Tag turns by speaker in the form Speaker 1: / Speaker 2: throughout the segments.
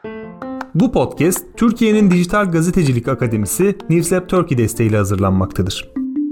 Speaker 1: Bu podcast, Türkiye'nin Dijital Gazetecilik Akademisi Newslab Turkey desteğiyle hazırlanmaktadır.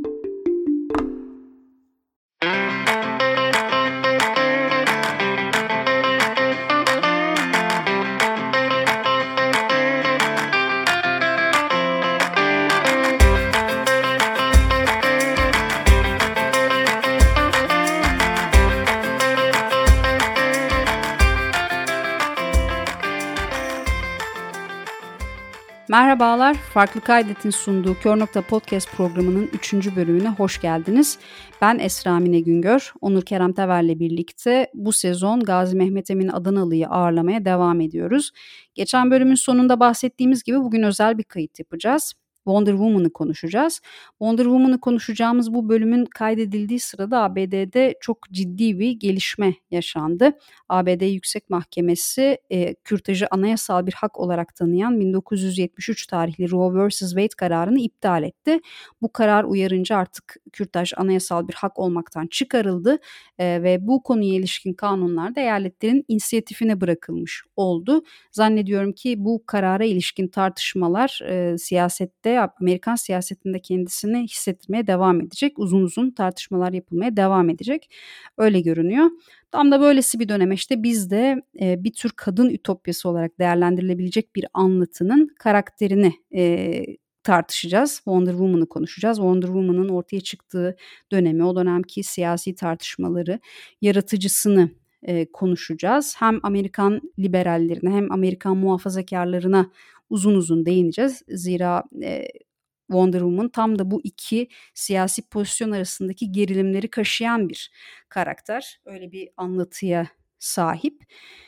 Speaker 2: Merhabalar, Farklı Kaydet'in sunduğu Kör Nokta Podcast programının 3. bölümüne hoş geldiniz. Ben Esra Mine Güngör, Onur Kerem Tever'le birlikte bu sezon Gazi Mehmet Emin Adanalı'yı ağırlamaya devam ediyoruz. Geçen bölümün sonunda bahsettiğimiz gibi bugün özel bir kayıt yapacağız. Wonder Woman'ı konuşacağız. Wonder Woman'ı konuşacağımız bu bölümün kaydedildiği sırada ABD'de çok ciddi bir gelişme yaşandı. ABD Yüksek Mahkemesi kürtajı anayasal bir hak olarak tanıyan 1973 tarihli Roe vs. Wade kararını iptal etti. Bu karar uyarınca artık kürtaj anayasal bir hak olmaktan çıkarıldı ve bu konuya ilişkin kanunlar da eyaletlerin inisiyatifine bırakılmış oldu. Zannediyorum ki bu karara ilişkin tartışmalar siyasette, Amerikan siyasetinde kendisini hissettirmeye devam edecek. Uzun uzun tartışmalar yapılmaya devam edecek. Öyle görünüyor. Tam da böylesi bir dönem işte biz de bir tür kadın ütopyası olarak değerlendirilebilecek bir anlatının karakterini tartışacağız. Wonder Woman'ı konuşacağız. Wonder Woman'ın ortaya çıktığı dönemi, o dönemki siyasi tartışmaları, yaratıcısını konuşacağız. Hem Amerikan liberallerine hem Amerikan muhafazakarlarına uzun uzun değineceğiz. Zira Wonder Woman tam da bu iki siyasi pozisyon arasındaki gerilimleri kaşıyan bir karakter. Öyle bir anlatıya sahip.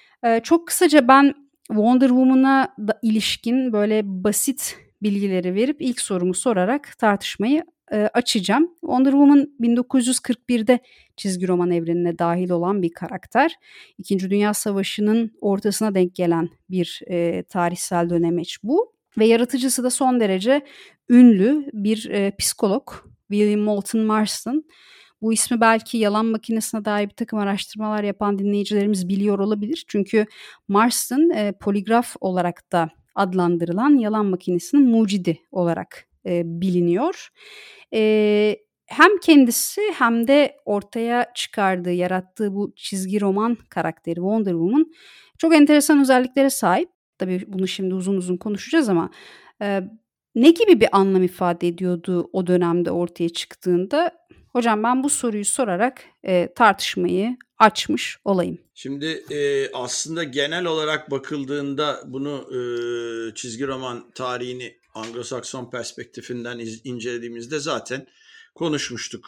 Speaker 2: Çok kısaca ben Wonder Woman'a da ilişkin böyle basit bilgileri verip ilk sorumu sorarak tartışmayı açacağım. Wonder Woman 1941'de çizgi roman evrenine dahil olan bir karakter. İkinci Dünya Savaşı'nın ortasına denk gelen bir tarihsel dönemeç bu. Ve yaratıcısı da son derece ünlü bir psikolog, William Moulton Marston. Bu ismi belki Yalan Makinesi'ne dair bir takım araştırmalar yapan dinleyicilerimiz biliyor olabilir. Çünkü Marston poligraf olarak da adlandırılan Yalan Makinesi'nin mucidi olarak biliniyor. Hem kendisi hem de ortaya çıkardığı, yarattığı bu çizgi roman karakteri Wonder Woman çok enteresan özelliklere sahip. Tabii bunu şimdi uzun uzun konuşacağız ama ne gibi bir anlam ifade ediyordu o dönemde ortaya çıktığında? Hocam ben bu soruyu sorarak tartışmayı açmış olayım.
Speaker 3: Şimdi aslında genel olarak bakıldığında bunu çizgi roman tarihini Anglo-Sakson perspektifinden incelediğimizde zaten konuşmuştuk.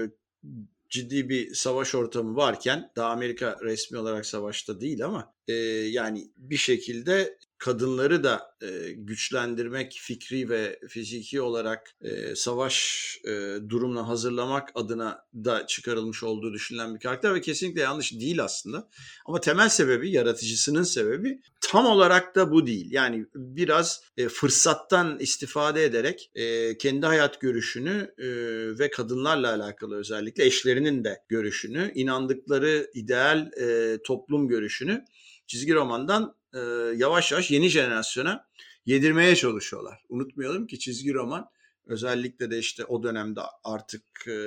Speaker 3: Ciddi bir savaş ortamı varken, daha Amerika resmi olarak savaşta değil ama yani bir şekilde kadınları da güçlendirmek, fikri ve fiziki olarak savaş durumuna hazırlamak adına da çıkarılmış olduğu düşünülen bir karakter ve kesinlikle yanlış değil aslında. Ama temel sebebi, yaratıcısının sebebi tam olarak da bu değil. Yani biraz fırsattan istifade ederek kendi hayat görüşünü ve kadınlarla alakalı özellikle eşlerinin de görüşünü, inandıkları ideal toplum görüşünü çizgi romandan yavaş yavaş yeni jenerasyona yedirmeye çalışıyorlar. Unutmayalım ki çizgi roman özellikle de işte o dönemde artık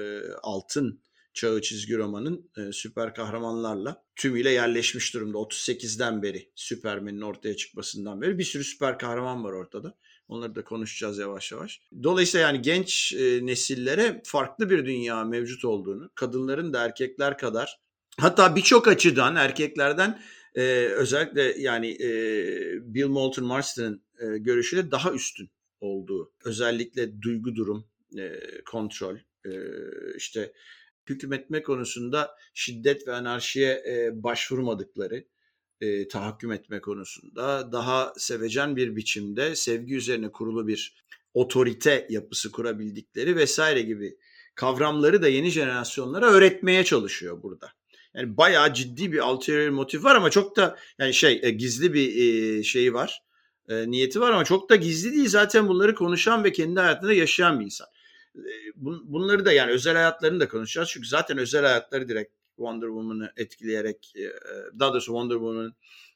Speaker 3: altın çağı çizgi romanın süper kahramanlarla tümüyle yerleşmiş durumda. 38'den beri Superman'in ortaya çıkmasından beri bir sürü süper kahraman var ortada. Onları da konuşacağız yavaş yavaş. Dolayısıyla yani genç nesillere farklı bir dünya mevcut olduğunu, kadınların da erkekler kadar, hatta birçok açıdan erkeklerden özellikle yani Bill Moulton Marston'ın görüşüyle daha üstün olduğu, özellikle duygu durum, kontrol, işte hükmetme konusunda şiddet ve anarşiye başvurmadıkları, tahakküm etme konusunda daha sevecen bir biçimde sevgi üzerine kurulu bir otorite yapısı kurabildikleri vesaire gibi kavramları da yeni jenerasyonlara öğretmeye çalışıyor burada. Yani bayağı ciddi bir ulterior motif var ama çok da yani gizli bir şeyi var. Niyeti var ama çok da gizli değil. Zaten bunları konuşan ve kendi hayatında yaşayan bir insan. Bunları da yani özel hayatlarını da konuşacağız. Çünkü zaten özel hayatları direkt Wonder Woman'ı etkileyerek, daha doğrusu Wonder Woman'ın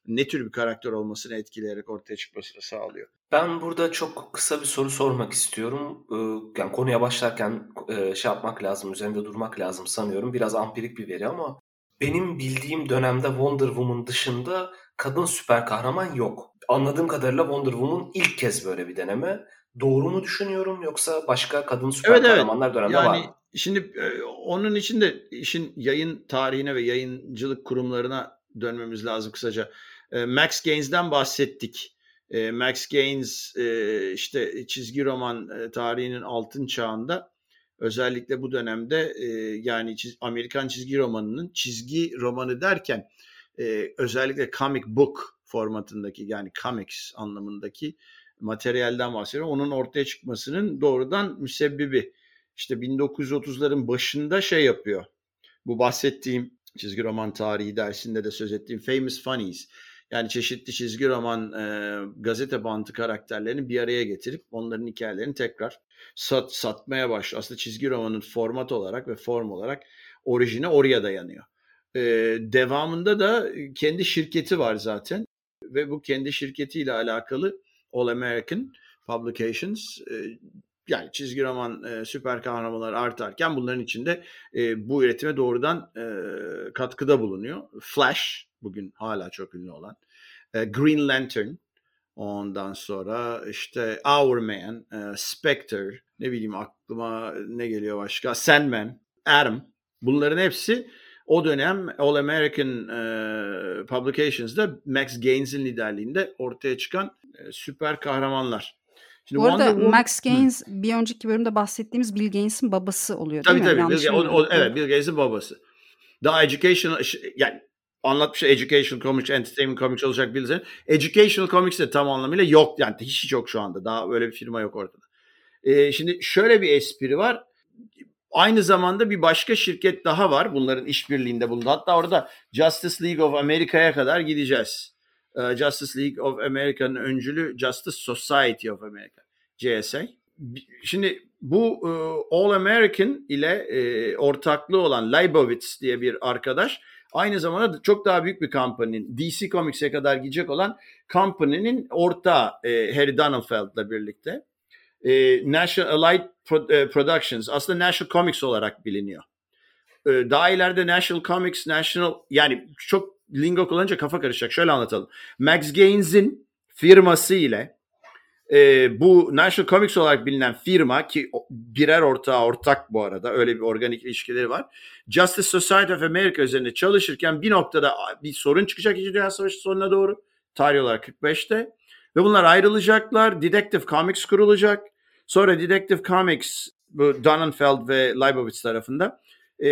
Speaker 3: ne tür bir karakter olmasını etkileyerek ortaya çıkmasını sağlıyor.
Speaker 4: Ben burada çok kısa bir soru sormak istiyorum. Yani konuya başlarken şey yapmak lazım, üzerinde durmak lazım sanıyorum. Biraz ampirik bir veri ama benim bildiğim dönemde Wonder Woman dışında kadın süper kahraman yok. Anladığım kadarıyla Wonder Woman ilk kez böyle bir deneme. Doğru mu düşünüyorum yoksa başka kadın süper kahramanlar dönemde var mı?
Speaker 3: Şimdi onun için de işin yayın tarihine ve yayıncılık kurumlarına dönmemiz lazım kısaca. Max Gaines'den bahsettik. Max Gaines işte çizgi roman tarihinin altın çağında, özellikle bu dönemde yani Amerikan çizgi romanının, çizgi romanı derken özellikle comic book formatındaki, yani comics anlamındaki materyalden bahsediyorum. Onun ortaya çıkmasının doğrudan müsebbibi. İşte 1930'ların başında şey yapıyor. Bu bahsettiğim çizgi roman tarihi dersinde de söz ettiğim Famous Funnies. Yani çeşitli çizgi roman gazete bantı karakterlerini bir araya getirip onların hikayelerini tekrar satmaya başlıyor. Aslında çizgi romanın format olarak ve form olarak orijine oraya dayanıyor. Devamında da kendi şirketi var zaten. Ve bu kendi şirketiyle alakalı All American Publications, yani çizgi roman süper kahramanlar artarken bunların içinde bu üretime doğrudan katkıda bulunuyor. Flash, bugün hala çok ünlü olan. Green Lantern, ondan sonra işte Our Man, Spectre, ne bileyim aklıma ne geliyor başka, Sandman, Atom. Bunların hepsi o dönem All American Publications'da Max Gaines'in liderliğinde ortaya çıkan süper kahramanlar.
Speaker 2: Şimdi bu arada Max Gaines bir önceki bölümde bahsettiğimiz Bill Gaines'in babası oluyor değil mi?
Speaker 3: Evet, Bill Gaines'in babası. Daha educational, yani anlatmış, educational comics, entertainment comics olacak Bill Gaines'in. Educational comics de tam anlamıyla yok, yani hiç yok şu anda. Daha öyle bir firma yok ortada. Şimdi şöyle bir espri var. Aynı zamanda bir başka şirket daha var. Bunların işbirliğinde bulundu. Hatta orada Justice League of America'ya kadar gideceğiz. Justice League of America'nın öncülü Justice Society of America, JSA. Şimdi bu All American ile ortaklığı olan Leibovitz diye bir arkadaş, aynı zamanda çok daha büyük bir company'nin, DC Comics'e kadar gidecek olan company'nin ortağı Harry Donenfeld'la birlikte. National Allied Productions, aslında National Comics olarak biliniyor. Daha ileride National Comics, yani çok lingo kullanınca kafa karışacak. Şöyle anlatalım. Max Gaines'in firması ile bu National Comics olarak bilinen firma, ki birer ortak bu arada, öyle bir organik ilişkileri var. Justice Society of America üzerinde çalışırken bir noktada bir sorun çıkacak 2. Dünya Savaşı sonuna doğru. Tarih olarak 45'te. Ve bunlar ayrılacaklar. Detective Comics kurulacak. Sonra Detective Comics, bu Donenfeld ve Leibovitz tarafında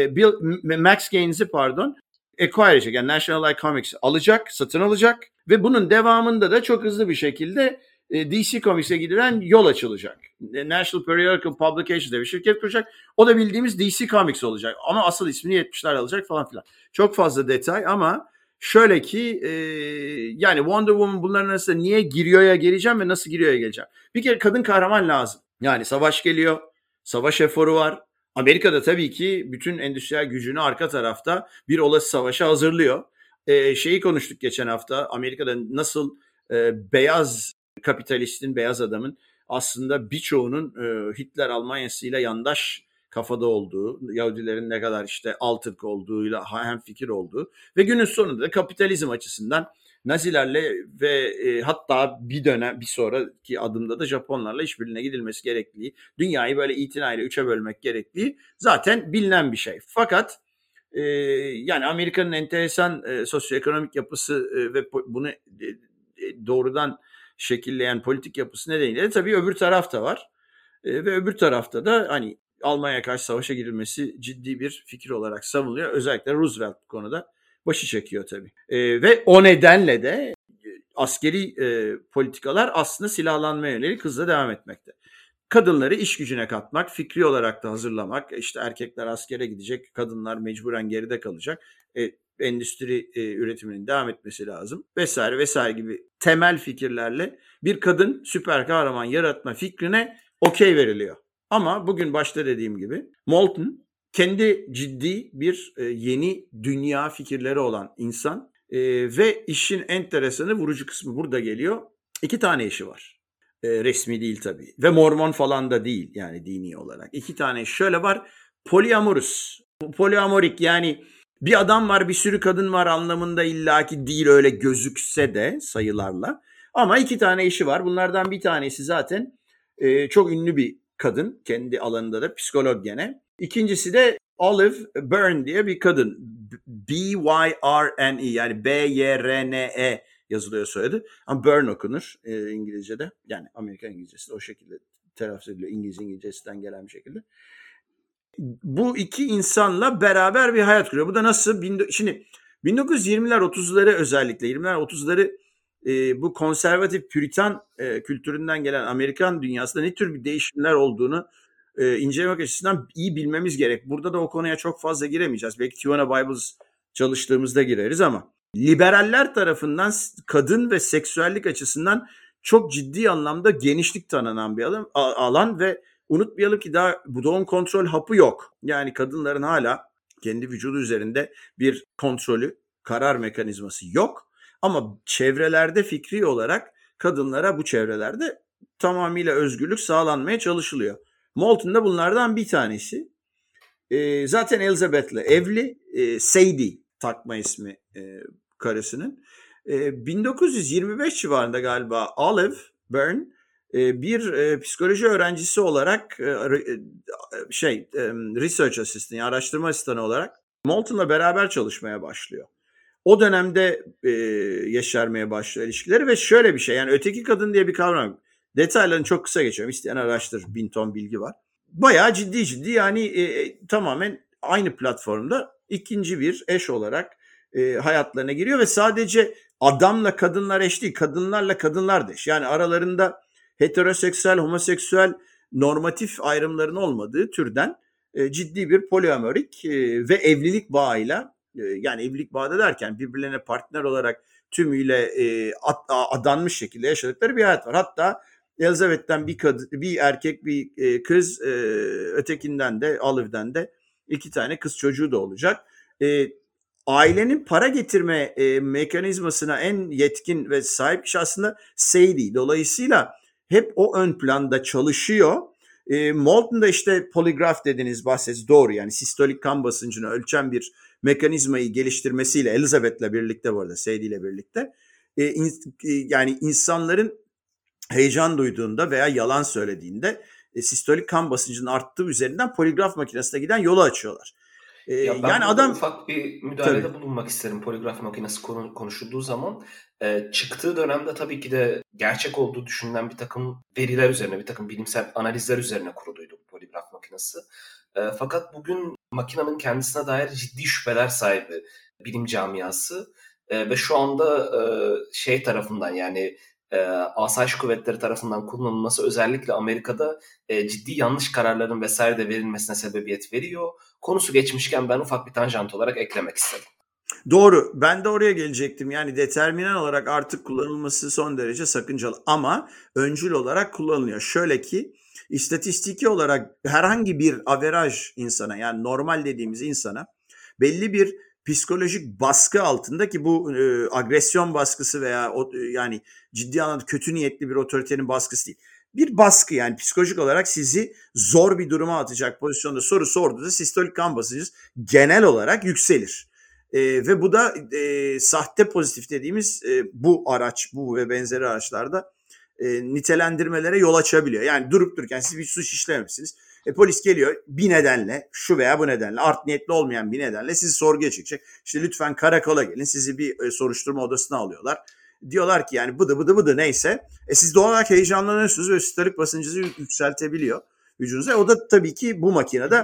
Speaker 3: Max Gaines'i acquire edecek. Yani National Allied Comics satın alacak ve bunun devamında da çok hızlı bir şekilde DC Comics'e gidilen yol açılacak. National Periodical Publications diye bir şirket kuracak. O da bildiğimiz DC Comics olacak. Ama asıl ismini 70'ler alacak falan filan. Çok fazla detay ama şöyle ki yani Wonder Woman bunların arasında niye giriyor'ya geleceğim ve nasıl giriyor'ya geleceğim. Bir kere kadın kahraman lazım. Yani savaş geliyor. Savaş eforu var. Amerika'da tabii ki bütün endüstriyel gücünü arka tarafta bir olası savaşa hazırlıyor. Şeyi konuştuk geçen hafta. Amerika'da nasıl beyaz kapitalistin, beyaz adamın aslında birçoğunun Hitler Almanya'sıyla yandaş kafada olduğu, Yahudilerin ne kadar işte altırk olduğuyla hemfikir olduğu ve günün sonunda da kapitalizm açısından Nazilerle ve hatta bir sonraki adımda da Japonlarla işbirliğine gidilmesi gerektiği, dünyayı böyle itinayla 3'e bölmek gerektiği zaten bilinen bir şey. Fakat yani Amerika'nın enteresan sosyoekonomik yapısı ve bunu doğrudan şekilleyen politik yapısı nedeniyle de tabii öbür taraf da var. Ve öbür tarafta da hani Almanya'ya karşı savaşa girilmesi ciddi bir fikir olarak savunuluyor. Özellikle Roosevelt bu konuda başı çekiyor tabii. Ve o nedenle de askeri politikalar aslında silahlanmaya yönelik hızla devam etmekte. Kadınları iş gücüne katmak, fikri olarak da hazırlamak, işte erkekler askere gidecek, kadınlar mecburen geride kalacak, endüstri üretiminin devam etmesi lazım vesaire vesaire gibi temel fikirlerle bir kadın süper kahraman yaratma fikrine okey veriliyor. Ama bugün başta dediğim gibi Moulton kendi ciddi bir yeni dünya fikirleri olan insan Ve işin enteresanı, vurucu kısmı burada geliyor. 2 tane eşi var. Resmi değil tabii. Ve Mormon falan da değil yani dini olarak. 2 tane eşi şöyle var. Polyamorous. Polyamorik yani bir adam var bir sürü kadın var anlamında illaki değil öyle gözükse de sayılarla. Ama 2 tane eşi var. Bunlardan bir tanesi zaten çok ünlü bir kadın. Kendi alanında da psikolog gene. İkincisi de Olive Byrne diye bir kadın. B-Y-R-N-E yani B-Y-R-N-E yazılıyor soyadı. Ama Byrne okunur İngilizce'de. Yani Amerikan İngilizcesi de o şekilde telaffuz ediliyor. İngilizcesinden gelen bir şekilde. Bu 2 insanla beraber bir hayat kuruyor. Bu da nasıl? Şimdi 1920'ler 30'ları özellikle 20'ler 30'ları bu konservatif Puritan kültüründen gelen Amerikan dünyasında ne tür bir değişimler olduğunu incelemek açısından iyi bilmemiz gerek. Burada da o konuya çok fazla giremeyeceğiz. Belki Tijuana Bibles çalıştığımızda gireriz ama liberaller tarafından kadın ve seksüellik açısından çok ciddi anlamda genişlik tanınan bir alan ve unutmayalım ki daha bu doğum kontrol hapı yok. Yani kadınların hala kendi vücudu üzerinde bir kontrolü, karar mekanizması yok. Ama çevrelerde fikri olarak kadınlara bu çevrelerde tamamıyla özgürlük sağlanmaya çalışılıyor. Moulton da bunlardan bir tanesi. Zaten Elizabeth'le evli. Sadie takma ismi karısının. 1925 civarında galiba Olive Byrne bir psikoloji öğrencisi olarak research assistant yani araştırma asistanı olarak Moulton'la beraber çalışmaya başlıyor. O dönemde yeşermeye başlıyor ilişkileri ve şöyle bir şey yani öteki kadın diye bir kavram. Detaylarını çok kısa geçiyorum. İsteyen araştır. 1000 ton bilgi var. Bayağı ciddi yani tamamen aynı platformda ikinci bir eş olarak hayatlarına giriyor ve sadece adamla kadınlar eş değil, kadınlarla kadınlar da eş. Yani aralarında heteroseksüel, homoseksüel normatif ayrımların olmadığı türden ciddi bir polyamorik ve evlilik bağıyla yani evlilik bağı derken birbirlerine partner olarak tümüyle adanmış şekilde yaşadıkları bir hayat var. Hatta Elizabeth'ten bir kadın, bir erkek, bir kız, ötekinden de Olive'den de 2 tane kız çocuğu da olacak. Ailenin para getirme mekanizmasına en yetkin ve sahip kişi aslında Sadie. Dolayısıyla hep o ön planda çalışıyor. Moulton da işte poligraf dediğiniz bahsediyoruz doğru yani sistolik kan basıncını ölçen bir mekanizmayı geliştirmesiyle Elizabeth'le birlikte bu arada Sadie ile birlikte yani insanların heyecan duyduğunda veya yalan söylediğinde sistolik kan basıncının arttığı üzerinden poligraf makinesine giden yolu açıyorlar.
Speaker 4: Yani adam ufak bir müdahalede bulunmak isterim poligraf makinesi konuşulduğu zaman. Çıktığı dönemde tabii ki de gerçek olduğu düşünülen bir takım veriler üzerine, bir takım bilimsel analizler üzerine kuruluydu poligraf makinesi. Fakat bugün makinenin kendisine dair ciddi şüpheler sahibi bilim camiası ve şu anda tarafından yani asayiş kuvvetleri tarafından kullanılması özellikle Amerika'da ciddi yanlış kararların vesaire de verilmesine sebebiyet veriyor. Konusu geçmişken ben ufak bir tanjant olarak eklemek istedim.
Speaker 3: Doğru. Ben de oraya gelecektim. Yani determinan olarak artık kullanılması son derece sakıncalı ama öncül olarak kullanılıyor. Şöyle ki istatistiki olarak herhangi bir averaj insana yani normal dediğimiz insana belli bir psikolojik baskı altında ki bu agresyon baskısı veya yani ciddi anlamda kötü niyetli bir otoritenin baskısı değil. Bir baskı yani psikolojik olarak sizi zor bir duruma atacak pozisyonda soru sorduğunuzda sistolik kan basıncınız genel olarak yükselir. Ve bu da sahte pozitif dediğimiz bu araç, bu ve benzeri araçlarda nitelendirmelere yol açabiliyor. Yani durup dururken siz bir suç işlememişsiniz. Polis geliyor bir nedenle, şu veya bu nedenle, art niyetli olmayan bir nedenle sizi sorguya çekecek. İşte lütfen karakola gelin, sizi bir soruşturma odasına alıyorlar. Diyorlar ki yani bıdı neyse. Siz doğal olarak heyecanlanıyorsunuz ve sistolik basıncınızı yükseltebiliyor vücudunuza. O da tabii ki bu makinede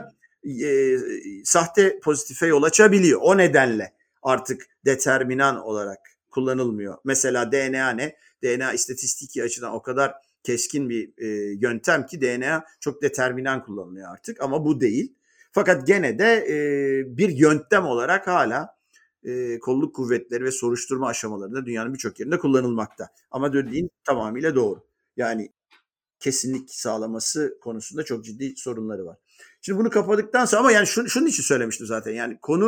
Speaker 3: sahte pozitife yol açabiliyor. O nedenle artık determinan olarak kullanılmıyor. Mesela DNA ne? DNA istatistiki açıdan o kadar keskin bir yöntem ki DNA çok determinan kullanılıyor artık ama bu değil. Fakat gene de bir yöntem olarak hala kolluk kuvvetleri ve soruşturma aşamalarında dünyanın birçok yerinde kullanılmakta. Ama dediğin tamamıyla doğru. Yani kesinlik sağlaması konusunda çok ciddi sorunları var. Şimdi bunu kapadıktan sonra ama yani şunun için söylemiştim zaten. Yani konu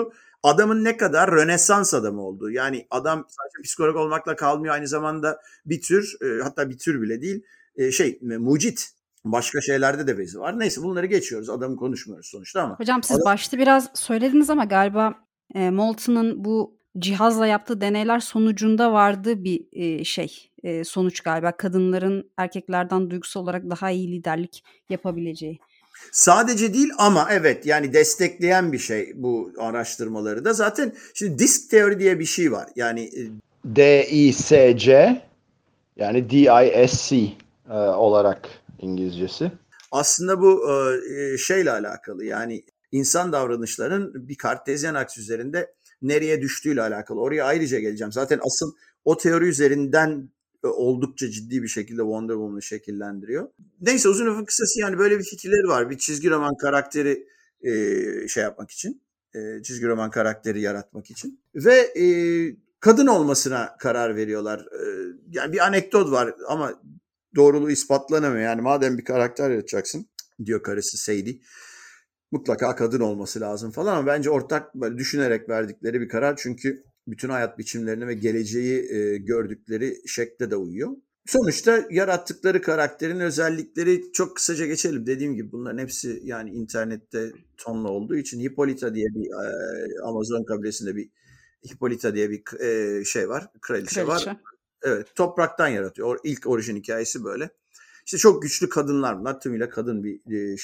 Speaker 3: adamın ne kadar Rönesans adamı olduğu. Yani adam sadece psikolog olmakla kalmıyor, aynı zamanda bir tür, hatta bir tür bile değil, mucit. Başka şeylerde de bezi var. Neyse, bunları geçiyoruz. Adamı konuşmuyoruz sonuçta ama.
Speaker 2: Hocam siz başta biraz söylediniz ama galiba Moulton'un bu cihazla yaptığı deneyler sonucunda vardığı bir sonuç galiba. Kadınların erkeklerden duygusal olarak daha iyi liderlik yapabileceği.
Speaker 3: Sadece değil ama evet, yani destekleyen bir şey bu araştırmaları da. Zaten şimdi disk teori diye bir şey var. Yani
Speaker 5: DISC, yani DISC olarak İngilizcesi.
Speaker 3: Aslında bu şeyle alakalı, yani insan davranışlarının bir kartezyen aks üzerinde nereye düştüğüyle alakalı. Oraya ayrıca geleceğim. Zaten asıl o teori üzerinden oldukça ciddi bir şekilde Wonder Woman'ı şekillendiriyor. Neyse, uzun lafın kısası, yani böyle bir fikirleri var. Bir çizgi roman karakteri yapmak için. Çizgi roman karakteri yaratmak için. Ve kadın olmasına karar veriyorlar. Yani bir anekdot var ama doğruluğu ispatlanamıyor. Yani madem bir karakter yaratacaksın, diyor karısı Sadie, mutlaka kadın olması lazım falan, ama bence ortak böyle düşünerek verdikleri bir karar. Çünkü bütün hayat biçimlerine ve geleceği gördükleri şekle de uyuyor. Sonuçta yarattıkları karakterin özellikleri, çok kısaca geçelim. Dediğim gibi bunların hepsi yani internette tonla olduğu için, Hippolyta diye bir Amazon kabilesinde bir Hippolyta diye bir var, kraliçe var. Evet, topraktan yaratıyor. İlk orijin hikayesi böyle. İşte çok güçlü kadınlar bunlar. Tümüyle kadın bir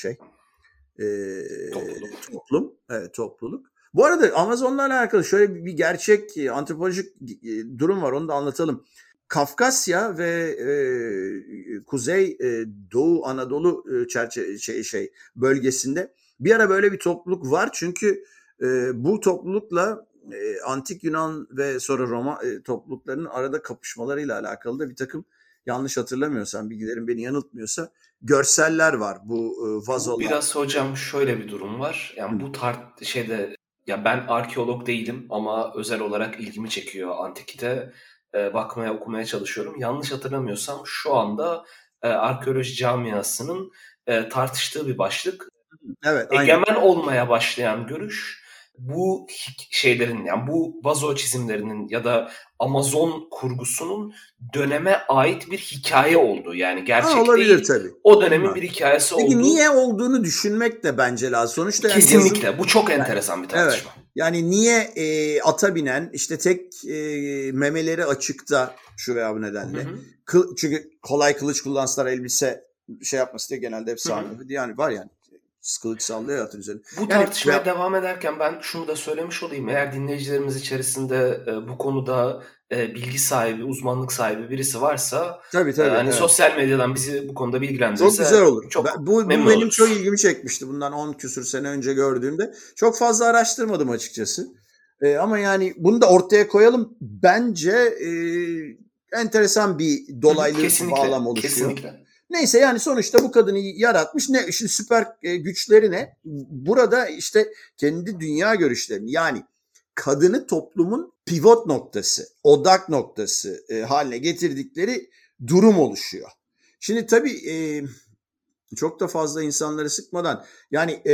Speaker 3: toplum. Evet, topluluk. Bu arada Amazonlarla alakalı şöyle bir gerçek antropolojik durum var. Onu da anlatalım. Kafkasya ve Kuzey Doğu Anadolu bölgesinde bir ara böyle bir topluluk var. Çünkü bu toplulukla Antik Yunan ve sonra Roma topluluklarının arada kapışmalarıyla alakalı da bir takım, yanlış hatırlamıyorsam, bilgilerim beni yanıltmıyorsa, görseller var bu vazolar.
Speaker 4: Biraz hocam şöyle bir durum var. Yani bu ya ben arkeolog değilim ama özel olarak ilgimi çekiyor antikite. Bakmaya, okumaya çalışıyorum. Yanlış hatırlamıyorsam şu anda arkeoloji camiasının tartıştığı bir başlık.
Speaker 3: Evet,
Speaker 4: egemen olmaya başlayan görüş bu şeylerin, yani bu vazo çizimlerinin ya da Amazon kurgusunun döneme ait bir hikaye olduğu, yani gerçek
Speaker 3: olabilir
Speaker 4: değil.
Speaker 3: Tabii.
Speaker 4: O dönemin bir hikayesi olduğu.
Speaker 3: Peki niye olduğunu düşünmek de bence lazım. Sonuçta
Speaker 4: kesinlikle bu çok enteresan bir tartışma.
Speaker 3: Evet. Yani niye ata binen, işte tek memeleri açıkta şu veya bu nedenle. Çünkü kolay kılıç kullansınlar, elbise yapması diye genelde hep sahne. Yani var yani. Kılıç sallıyor atın üzerine.
Speaker 4: Bu tartışmaya devam ederken ben şunu da söylemiş olayım. Eğer dinleyicilerimiz içerisinde bu konuda bilgi sahibi, uzmanlık sahibi birisi varsa,
Speaker 3: tabii, evet.
Speaker 4: Sosyal medyadan bizi bu konuda bilgilendirirse
Speaker 3: çok güzel olur. Bu benim
Speaker 4: oluruz.
Speaker 3: Çok ilgimi çekmişti. Bundan 10 küsur sene önce gördüğümde. Çok fazla araştırmadım açıkçası. Ama yani bunu da ortaya koyalım. Bence enteresan bir dolaylı bağlam oluşuyor.
Speaker 4: Kesinlikle.
Speaker 3: Neyse, yani sonuçta bu kadını yaratmış. Şimdi süper güçleri ne? Burada işte kendi dünya görüşlerini, yani kadını toplumun pivot noktası, odak noktası haline getirdikleri durum oluşuyor. Şimdi tabii çok da fazla insanları sıkmadan, yani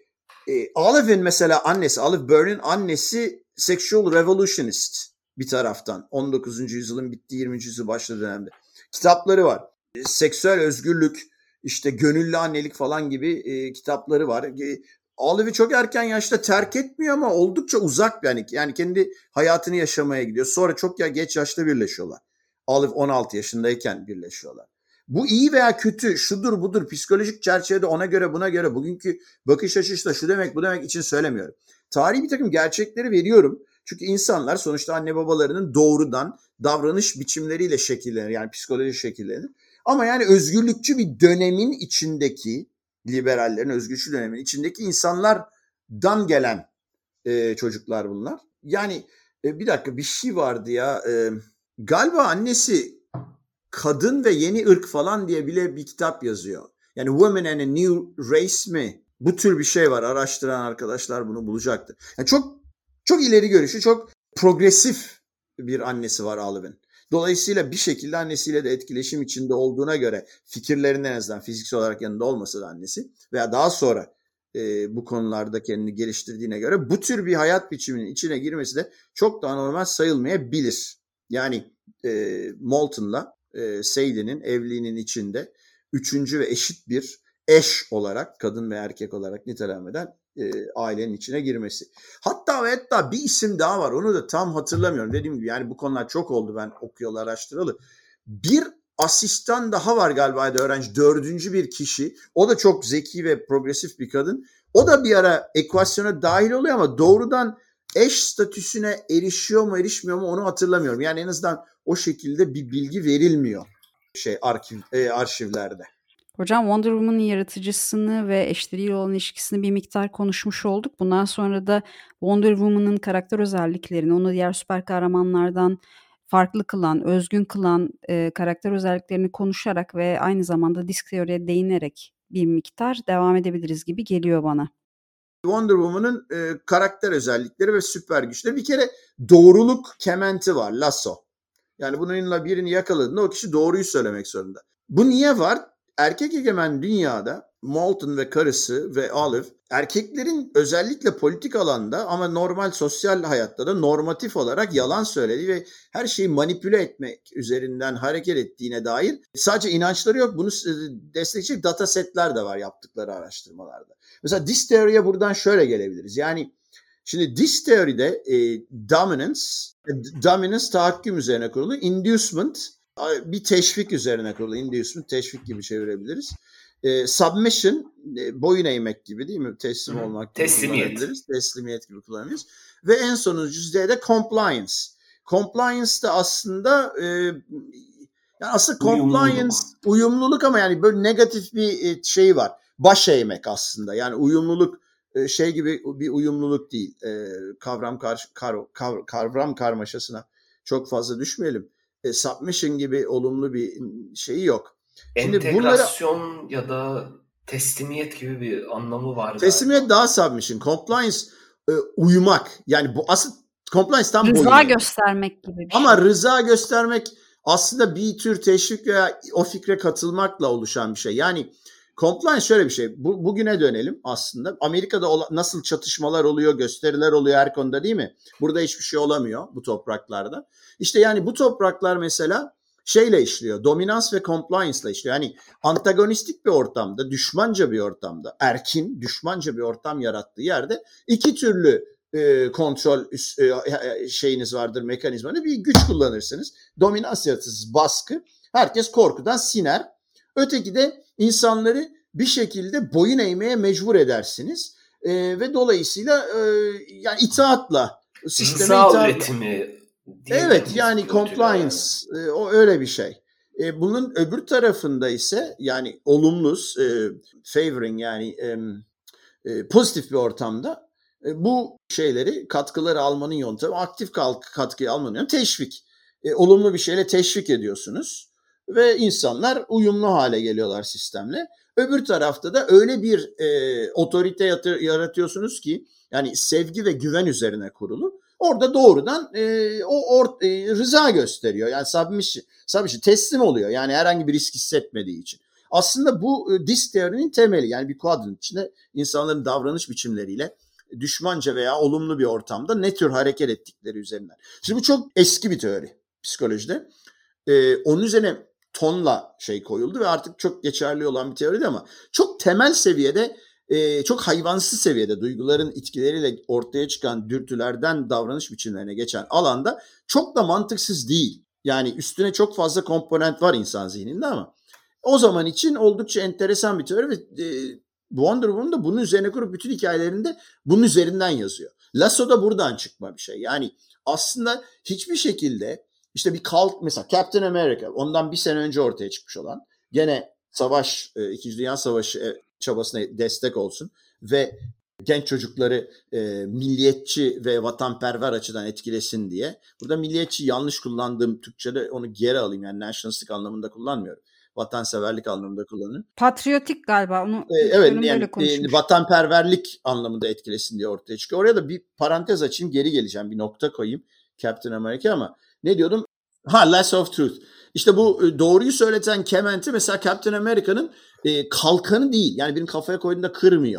Speaker 3: Olive'in mesela annesi, Olive Byrne'in annesi sexual revolutionist bir taraftan. 19. yüzyılın bittiği 20. yüzyıl başladığı dönemde. Kitapları var. Seksüel özgürlük, işte gönüllü annelik falan gibi kitapları var. Olive'i çok erken yaşta terk etmiyor ama oldukça uzak, yani kendi hayatını yaşamaya gidiyor. Sonra çok geç yaşta birleşiyorlar. Olive 16 yaşındayken birleşiyorlar. Bu iyi veya kötü, şudur budur, psikolojik çerçevede ona göre buna göre, bugünkü bakış açısıyla şu demek bu demek için söylemiyorum. Tarihi bir takım gerçekleri veriyorum. Çünkü insanlar sonuçta anne babalarının doğrudan davranış biçimleriyle şekillenir, yani psikoloji şekillenir. Ama yani özgürlükçü bir dönemin içindeki, liberallerin özgürlükçü dönemin içindeki insanlardan gelen çocuklar bunlar. Yani bir dakika, bir şey vardı ya, galiba annesi Kadın ve Yeni Irk falan diye bile bir kitap yazıyor. Yani Women and a New Race mi? Bu tür bir şey var. Araştıran arkadaşlar bunu bulacaktır. Yani çok ileri görüşlü, çok progresif bir annesi var Olive'in. Dolayısıyla bir şekilde annesiyle de etkileşim içinde olduğuna göre, fikirlerinden en azından fiziksel olarak yanında olmasa da annesi, veya daha sonra bu konularda kendini geliştirdiğine göre bu tür bir hayat biçiminin içine girmesi de çok daha normal sayılmayabilir. Yani Moulton'la Sadie'nin evliliğinin içinde üçüncü ve eşit bir eş olarak, kadın ve erkek olarak nitelenmeden ailenin içine girmesi. Hatta bir isim daha var. Onu da tam hatırlamıyorum. Dediğim gibi yani bu konular çok oldu ben okuyalı, araştıralı. Bir asistan daha var galiba da öğrenci. Dördüncü bir kişi. O da çok zeki ve progresif bir kadın. O da bir ara ekvasyona dahil oluyor ama doğrudan eş statüsüne erişiyor mu erişmiyor mu onu hatırlamıyorum. Yani en azından o şekilde bir bilgi verilmiyor arşivlerde.
Speaker 2: Hocam Wonder Woman'ın yaratıcısını ve eşleriyle olan ilişkisini bir miktar konuşmuş olduk. Bundan sonra da Wonder Woman'ın karakter özelliklerini, onu diğer süper kahramanlardan farklı kılan, özgün kılan karakter özelliklerini konuşarak ve aynı zamanda disk teoriye değinerek bir miktar devam edebiliriz gibi geliyor bana.
Speaker 3: Wonder Woman'ın karakter özellikleri ve süper güçleri. Bir kere doğruluk kementi var, lasso. Yani bununla birini yakaladığında o kişi doğruyu söylemek zorunda. Bu niye var? Erkek egemen dünyada Moulton ve karısı ve Olive erkeklerin özellikle politik alanda ama normal sosyal hayatta da normatif olarak yalan söylediği ve her şeyi manipüle etmek üzerinden hareket ettiğine dair sadece inançları yok. Bunu destekleyecek datasetler de var yaptıkları araştırmalarda. Mesela disk teoriye buradan şöyle gelebiliriz. Yani şimdi disk teoride dominance tahakküm üzerine kurulu, inducement bir teşvik üzerine kurulu. Inducement teşvik gibi çevirebiliriz. Submission boyun eğmek gibi değil mi? Teslim olmak gibi kullanabiliriz. Teslimiyet gibi kullanabiliriz. Ve en sonuncusu de compliance. Compliance da aslında yani aslında compliance uyumluluk ama yani böyle negatif bir şey var. Baş eğmek aslında. Yani uyumluluk şey gibi bir uyumluluk değil. Kavram karmaşasına çok fazla düşmeyelim. Submission gibi olumlu bir şeyi yok.
Speaker 4: Şimdi entegrasyon ya da teslimiyet gibi bir anlamı var.
Speaker 3: Teslimiyet daha submission. Compliance uyumak. Yani bu aslında compliance tam
Speaker 2: rıza göstermek gibi bir şey.
Speaker 3: Ama rıza göstermek aslında bir tür teşvik veya o fikre katılmakla oluşan bir şey. Yani compliance şöyle bir şey. Bugüne dönelim aslında. Amerika'da nasıl çatışmalar oluyor, gösteriler oluyor her konuda değil mi? Burada hiçbir şey olamıyor bu topraklarda. İşte yani bu topraklar mesela şeyle işliyor. Dominans ve compliance ile işliyor. Yani antagonistik bir ortamda, düşmanca bir ortamda, erkin, düşmanca bir ortam yarattığı yerde iki türlü kontrol şeyiniz vardır, mekanizmanı. Bir güç kullanırsınız. Dominans yaratırsınız, baskı. Herkes korkudan siner. Öteki de insanları bir şekilde boyun eğmeye mecbur edersiniz. Ve dolayısıyla yani itaatla, sisteme itaatla.
Speaker 4: Üretimi.
Speaker 3: Evet yani compliance o öyle bir şey. Bunun öbür tarafında ise yani olumlu, favoring yani pozitif bir ortamda bu şeyleri, katkıları almanın yöntemi, aktif katkıyı almanın yöntemi teşvik. Olumlu bir şeyle teşvik ediyorsunuz ve insanlar uyumlu hale geliyorlar sistemle. Öbür tarafta da öyle bir otorite yaratıyorsunuz ki yani sevgi ve güven üzerine kurulu. Orada doğrudan rıza gösteriyor. Yani submission teslim oluyor. Yani herhangi bir risk hissetmediği için. Aslında bu disk teorinin temeli. Yani bir kuadrant içinde insanların davranış biçimleriyle düşmanca veya olumlu bir ortamda ne tür hareket ettikleri üzerinden. Şimdi bu çok eski bir teori psikolojide. Onun üzerine tonla şey koyuldu ve artık çok geçerli olan bir teoriydi ama çok temel seviyede, çok hayvansı seviyede duyguların itkileriyle ortaya çıkan dürtülerden davranış biçimlerine geçen alanda çok da mantıksız değil. Yani üstüne çok fazla komponent var insan zihninde ama o zaman için oldukça enteresan bir teori ve Wonder Woman da bunun üzerine kurup bütün hikayelerinde bunun üzerinden yazıyor. Lasso da buradan çıkma bir şey. Yani aslında hiçbir şekilde işte bir cult mesela Captain America ondan bir sene önce ortaya çıkmış olan gene savaş, İkinci Dünya Savaşı çabasına destek olsun ve genç çocukları milliyetçi ve vatanperver açıdan etkilesin diye. Burada milliyetçi yanlış kullandığım Türkçe'de onu geri alayım yani nationalistik anlamında kullanmıyorum. Vatanseverlik anlamında kullanıyorum.
Speaker 2: Patriotik galiba onu
Speaker 3: evet yani vatanperverlik anlamında etkilesin diye ortaya çıkıyor. Oraya da bir parantez açayım geri geleceğim bir nokta koyayım Captain America ama ne diyordum? Lasso of Truth. İşte bu doğruyu söyleten kementi mesela Captain America'nın kalkanı değil. Yani benim kafaya koyduğunda kırmıyor.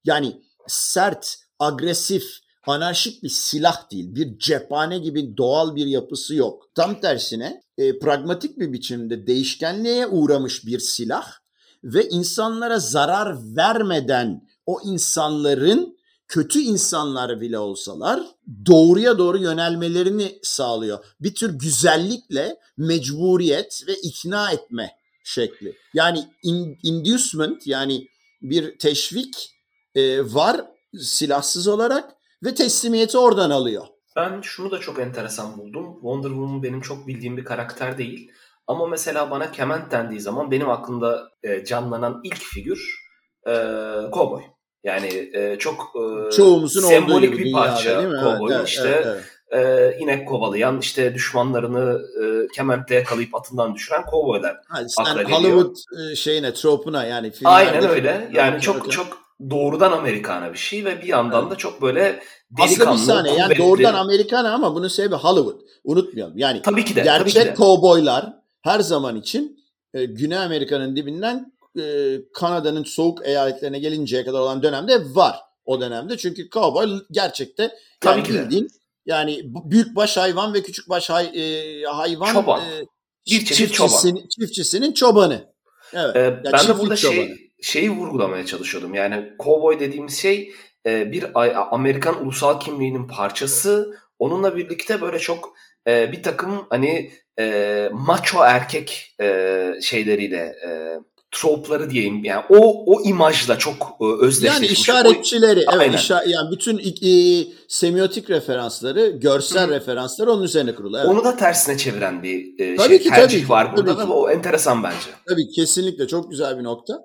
Speaker 3: Yani sert, agresif, anarşik bir silah değil. Bir cephane gibi doğal bir yapısı yok. Tam tersine pragmatik bir biçimde değişkenliğe uğramış bir silah ve insanlara zarar vermeden o insanların kötü insanlar bile olsalar doğruya doğru yönelmelerini sağlıyor. Bir tür güzellikle mecburiyet ve ikna etme şekli. Yani inducement, yani bir teşvik var silahsız olarak ve teslimiyeti oradan alıyor.
Speaker 4: Ben şunu da çok enteresan buldum. Wonder Woman benim çok bildiğim bir karakter değil. Ama mesela bana Kement dendiği zaman benim aklımda canlanan ilk figür Cowboy. Yani çok
Speaker 3: çoğumuzun
Speaker 4: sembolik
Speaker 3: olduğu
Speaker 4: bir
Speaker 3: dünyada,
Speaker 4: parça
Speaker 3: değil mi?
Speaker 4: Cowboy'un.
Speaker 3: Evet,
Speaker 4: işte inek kovalayan, işte düşmanlarını kementle yakalayıp atından düşüren Cowboy'lar akla geliyor.
Speaker 3: Hollywood trope'una, yani
Speaker 4: aynen öyle. Yani çok doğrudan Amerikana bir şey ve bir yandan da çok böyle delikanlı,
Speaker 3: aslında bir saniye, yani doğrudan Amerikana ama bunun sebebi Hollywood. Unutmayalım. Yani
Speaker 4: tabii ki de,
Speaker 3: gerçek kovboylar her zaman için Güney Amerika'nın dibinden Kanada'nın soğuk eyaletlerine gelinceye kadar olan dönemde var. O dönemde, çünkü kovboy gerçekte yani bildiğin yani büyükbaş hayvan ve küçükbaş hayvan
Speaker 4: çoban. Bir çeşit
Speaker 3: çiftçisinin çobanı. Evet.
Speaker 4: Ben de burada şeyi vurgulamaya çalışıyordum. Yani kovboy dediğimiz şey bir Amerikan ulusal kimliğinin parçası. Onunla birlikte böyle çok bir takım hani macho erkek şeyleriyle tropları diyeyim, yani o imajla çok özdeşleşmiş.
Speaker 3: Yani işaretçileri, yani bütün semiotik referansları, görsel referansları onun üzerine kurulu. Evet.
Speaker 4: Onu da tersine çeviren bir tercih var burada da, o enteresan bence.
Speaker 3: Tabii, kesinlikle çok güzel bir nokta.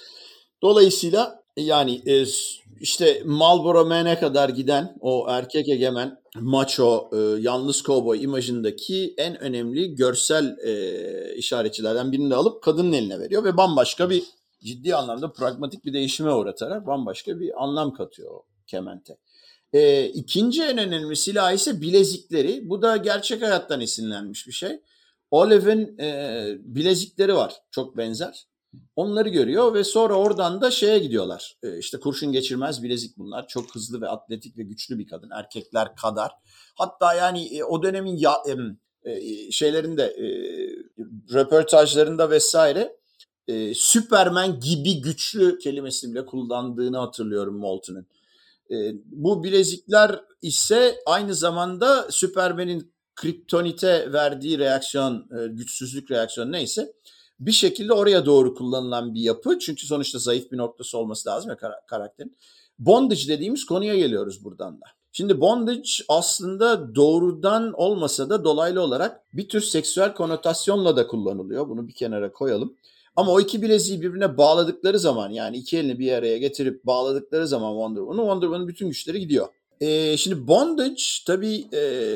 Speaker 3: Dolayısıyla yani işte Marlboro Man'e kadar giden o erkek egemen, macho, yalnız kovboy imajındaki en önemli görsel işaretçilerden birini de alıp kadının eline veriyor ve bambaşka bir, ciddi anlamda pragmatik bir değişime uğratarak bambaşka bir anlam katıyor o kemente. İkinci en önemli silah ise bilezikleri. Bu da gerçek hayattan esinlenmiş bir şey. Olive'in bilezikleri var, çok benzer. Onları görüyor ve sonra oradan da şeye gidiyorlar. İşte kurşun geçirmez bilezik bunlar. Çok hızlı ve atletik ve güçlü bir kadın. Erkekler kadar. Hatta yani o dönemin şeylerinde, röportajlarında vesaire Superman gibi güçlü kelimesini bile kullandığını hatırlıyorum Moulton'un. Bu bilezikler ise aynı zamanda Superman'in kriptonite verdiği reaksiyon, güçsüzlük reaksiyonu neyse, bir şekilde oraya doğru kullanılan bir yapı. Çünkü sonuçta zayıf bir noktası olması lazım ya karakterin. Bondage dediğimiz konuya geliyoruz buradan da. Şimdi bondage aslında doğrudan olmasa da dolaylı olarak bir tür seksüel konotasyonla da kullanılıyor. Bunu bir kenara koyalım. Ama o iki bileziği birbirine bağladıkları zaman, yani iki elini bir araya getirip bağladıkları zaman Wonder Woman'ın bütün güçleri gidiyor. Şimdi bondage tabii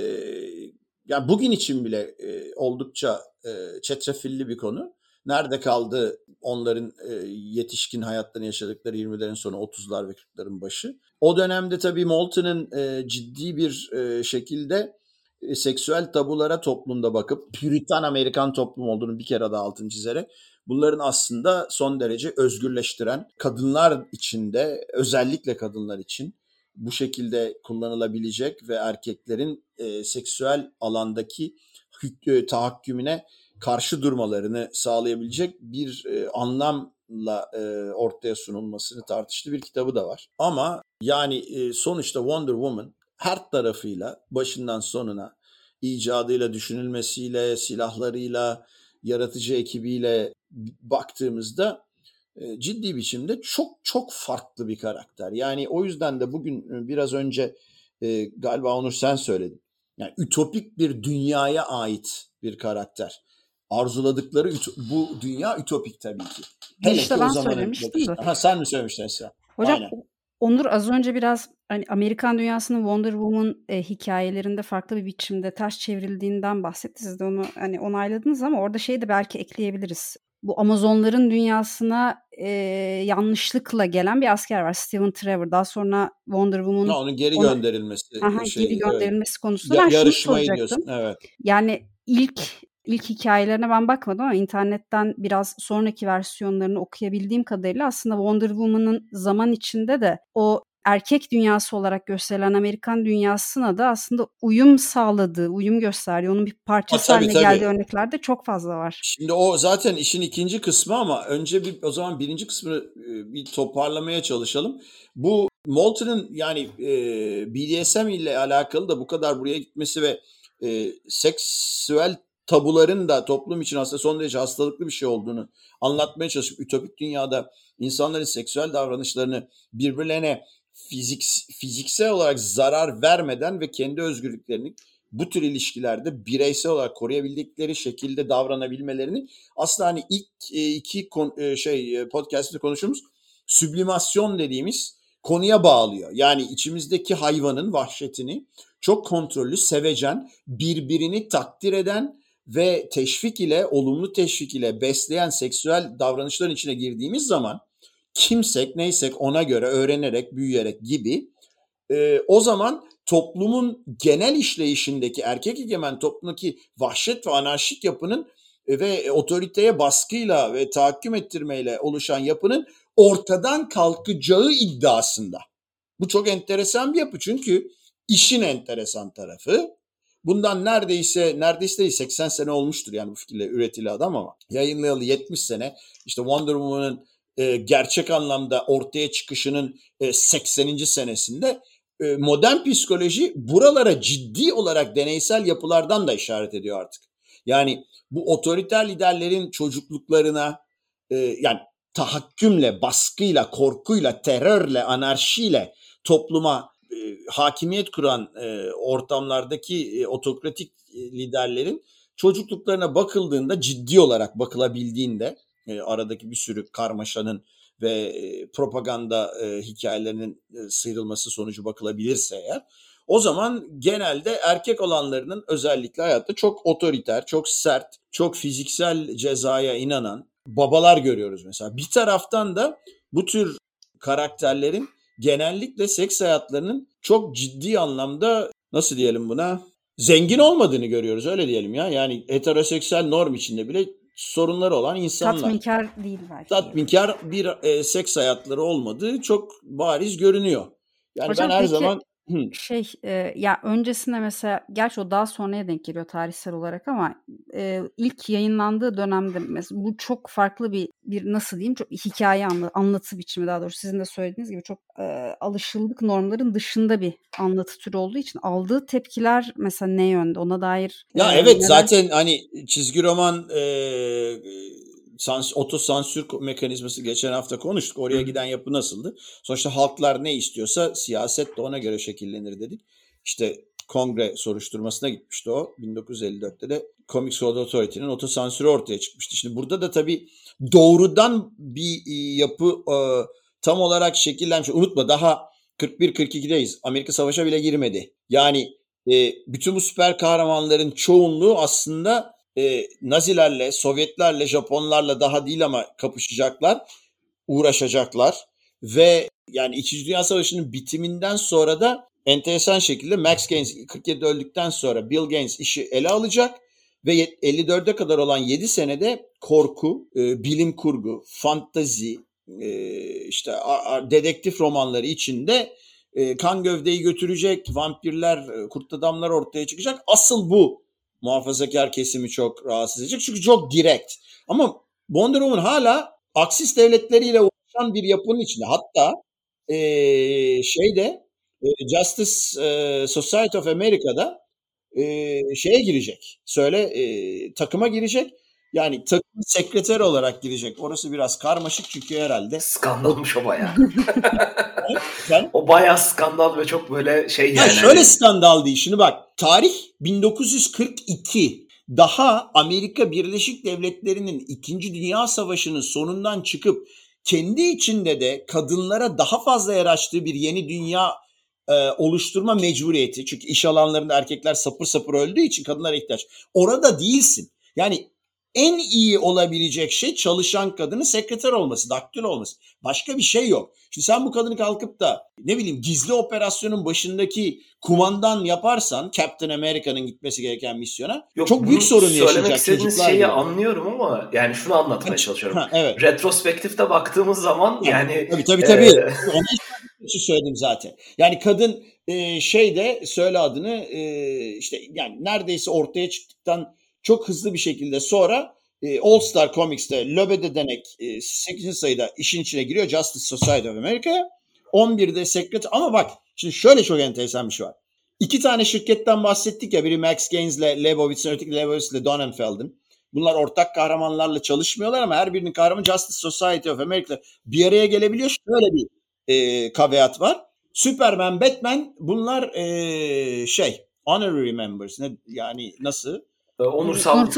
Speaker 3: yani bugün için bile oldukça çetrefilli bir konu. Nerede kaldı onların yetişkin hayatlarını yaşadıkları 20'lerin sonu, 30'lar ve 40'ların başı? O dönemde tabii Moulton'un ciddi bir şekilde seksüel tabulara toplumda bakıp Puritan Amerikan toplum olduğunu bir kere daha altını çizerek, bunların aslında son derece özgürleştiren, kadınlar için de, özellikle kadınlar için bu şekilde kullanılabilecek ve erkeklerin seksüel alandaki tahakkümüne karşı durmalarını sağlayabilecek bir anlamla ortaya sunulmasını tartıştığı bir kitabı da var. Ama yani sonuçta Wonder Woman her tarafıyla, başından sonuna, icadıyla, düşünülmesiyle, silahlarıyla, yaratıcı ekibiyle baktığımızda ciddi biçimde çok çok farklı bir karakter. Yani o yüzden de bugün biraz önce galiba Onur sen söyledin. Yani ütopik bir dünyaya ait bir karakter. Arzuladıkları bu dünya ütopik tabii ki.
Speaker 2: İşte ben söylemiştim de.
Speaker 3: Sen mi söylemiştin Esra?
Speaker 2: Hocam
Speaker 3: aynen.
Speaker 2: Onur az önce biraz hani Amerikan dünyasının Wonder Woman hikayelerinde farklı bir biçimde ters çevrildiğinden bahsetti. Siz de onu hani onayladınız ama orada şeyi de belki ekleyebiliriz. Bu Amazonların dünyasına yanlışlıkla gelen bir asker var, Stephen Trevor. Daha sonra Wonder Woman'ın
Speaker 3: onun geri gönderilmesi
Speaker 2: geri gönderilmesi konusunda ben
Speaker 3: yarışmayı
Speaker 2: şunu
Speaker 3: diyorsun.
Speaker 2: soracaktım.
Speaker 3: Evet.
Speaker 2: Yani ilk ilk hikayelerine ben bakmadım ama internetten biraz sonraki versiyonlarını okuyabildiğim kadarıyla aslında Wonder Woman'ın zaman içinde de o erkek dünyası olarak gösterilen Amerikan dünyasına da aslında uyum sağladığı, uyum gösterdiği, onun bir parçası
Speaker 3: Tabii,
Speaker 2: haline
Speaker 3: tabii.
Speaker 2: geldiği örnekler de çok fazla var.
Speaker 3: Şimdi o zaten işin ikinci kısmı ama önce o zaman birinci kısmını bir toparlamaya çalışalım. Bu Moulton'ın yani BDSM ile alakalı da bu kadar buraya gitmesi ve seksüel tabuların da toplum için aslında son derece hastalıklı bir şey olduğunu anlatmaya çalışıp ütopik dünyada insanların seksüel davranışlarını birbirlerine fiziksel olarak zarar vermeden ve kendi özgürlüklerini bu tür ilişkilerde bireysel olarak koruyabildikleri şekilde davranabilmelerini aslında hani ilk iki podcast'te konuştuğumuz süblimasyon dediğimiz konuya bağlıyor. Yani içimizdeki hayvanın vahşetini çok kontrollü, sevecen, birbirini takdir eden ve teşvik ile, olumlu teşvik ile besleyen seksüel davranışların içine girdiğimiz zaman kimsek neysek ona göre öğrenerek, büyüyerek gibi o zaman toplumun genel işleyişindeki erkek egemen toplumdaki vahşet ve anarşik yapının ve otoriteye baskıyla ve tahakküm ettirmeyle oluşan yapının ortadan kalkacağı iddiasında. Bu çok enteresan bir yapı çünkü işin enteresan tarafı bundan neredeyse 80 sene olmuştur yani bu fikirle üretili adam ama yayınlayalı 70 sene işte Wonder Woman'ın gerçek anlamda ortaya çıkışının 80. senesinde modern psikoloji buralara ciddi olarak deneysel yapılardan da işaret ediyor artık. Yani bu otoriter liderlerin çocukluklarına yani tahakkümle, baskıyla, korkuyla, terörle, anarşiyle topluma hakimiyet kuran ortamlardaki otokratik liderlerin çocukluklarına bakıldığında ciddi olarak bakılabildiğinde aradaki bir sürü karmaşanın ve propaganda hikayelerinin sıyrılması sonucu bakılabilirse eğer o zaman genelde erkek olanlarının özellikle hayatta çok otoriter, çok sert, çok fiziksel cezaya inanan babalar görüyoruz mesela. Bir taraftan da bu tür karakterlerin genellikle seks hayatlarının çok ciddi anlamda nasıl diyelim buna zengin olmadığını görüyoruz öyle diyelim ya. Yani heteroseksüel norm içinde bile sorunları olan insanlar.
Speaker 2: Tatminkar değil belki.
Speaker 3: Tatminkar bir seks hayatları olmadığı çok bariz görünüyor. Yani
Speaker 2: Hocam,
Speaker 3: ben her
Speaker 2: peki,
Speaker 3: zaman
Speaker 2: ya öncesinde mesela gerçi o daha sonraya denk geliyor tarihsel olarak ama ilk yayınlandığı dönemde mesela bu çok farklı bir nasıl diyeyim çok hikaye anlatı biçimi daha doğrusu sizin de söylediğiniz gibi çok alışıldık normların dışında bir anlatı türü olduğu için aldığı tepkiler mesela ne yönde ona dair
Speaker 3: ya evet zaten hani çizgi roman otosansür mekanizması geçen hafta konuştuk. Oraya giden yapı nasıldı? Sonuçta halklar ne istiyorsa siyaset de ona göre şekillenir dedik. İşte kongre soruşturmasına gitmişti o. 1954'te de Comics Code Authority'nin otosansürü ortaya çıkmıştı. Şimdi burada da tabii doğrudan bir yapı tam olarak şekillenmiş. Unutma daha 41-42'deyiz. Amerika savaşa bile girmedi. Yani bütün bu süper kahramanların çoğunluğu aslında Nazilerle, Sovyetlerle, Japonlarla daha değil ama kapışacaklar, uğraşacaklar ve yani İkinci Dünya Savaşı'nın bitiminden sonra da enteresan şekilde Max Gaines 47'de öldükten sonra Bill Gaines işi ele alacak ve 54'e kadar olan 7 senede korku, bilim kurgu, fantazi, işte dedektif romanları içinde kan gövdeyi götürecek, vampirler, kurt adamlar ortaya çıkacak. Asıl bu muhafazakar kesimi çok rahatsız edecek. Çünkü çok direkt. Ama Wonder Woman hala Aksis devletleriyle uğraşan bir yapının içinde. Hatta Justice Society of America'da şeye girecek. Takıma girecek. Yani takım sekreter olarak girecek. Orası biraz karmaşık çünkü herhalde.
Speaker 4: Skandalmış o bayağı. O bayağı skandal ve çok böyle şey yani.
Speaker 3: Şöyle skandal değil. Şimdi bak tarih 1942. Daha Amerika Birleşik Devletleri'nin 2. Dünya Savaşı'nın sonundan çıkıp kendi içinde de kadınlara daha fazla yer açtığı bir yeni dünya oluşturma mecburiyeti. Çünkü iş alanlarında erkekler sapır sapır öldüğü için kadınlara ihtiyaç. Orada değilsin. Yani en iyi olabilecek şey çalışan kadının sekreter olması, daktilo olması. Başka bir şey yok. Şimdi sen bu kadını kalkıp da ne bileyim gizli operasyonun başındaki kumandan yaparsan Captain America'nın gitmesi gereken misyona çok büyük sorun yaşayacak çocuklar.
Speaker 4: Söylemek istediğiniz şeyi anlıyorum ama yani şunu anlatmaya çalışıyorum.
Speaker 3: Evet.
Speaker 4: Retrospektifte baktığımız zaman yani...
Speaker 3: Tabii. Onu için söyledim zaten. Yani kadın söyle adını işte yani neredeyse ortaya çıktıktan çok hızlı bir şekilde sonra All Star Comics'te Löbede Denek 8. sayıda işin içine giriyor, Justice Society of America'ya. 11'de sekreter, ama bak şimdi şöyle çok enteresan bir şey var. 2 tane şirketten bahsettik ya, biri Max Gaines'le Leibovitz'in, öteki Leibovitz'le Donenfeld'in. Bunlar ortak kahramanlarla çalışmıyorlar ama her birinin kahramanı Justice Society of America bir araya gelebiliyor. Şöyle bir caveat var. Superman, Batman bunlar honorary members. Yani nasıl?
Speaker 4: Onursal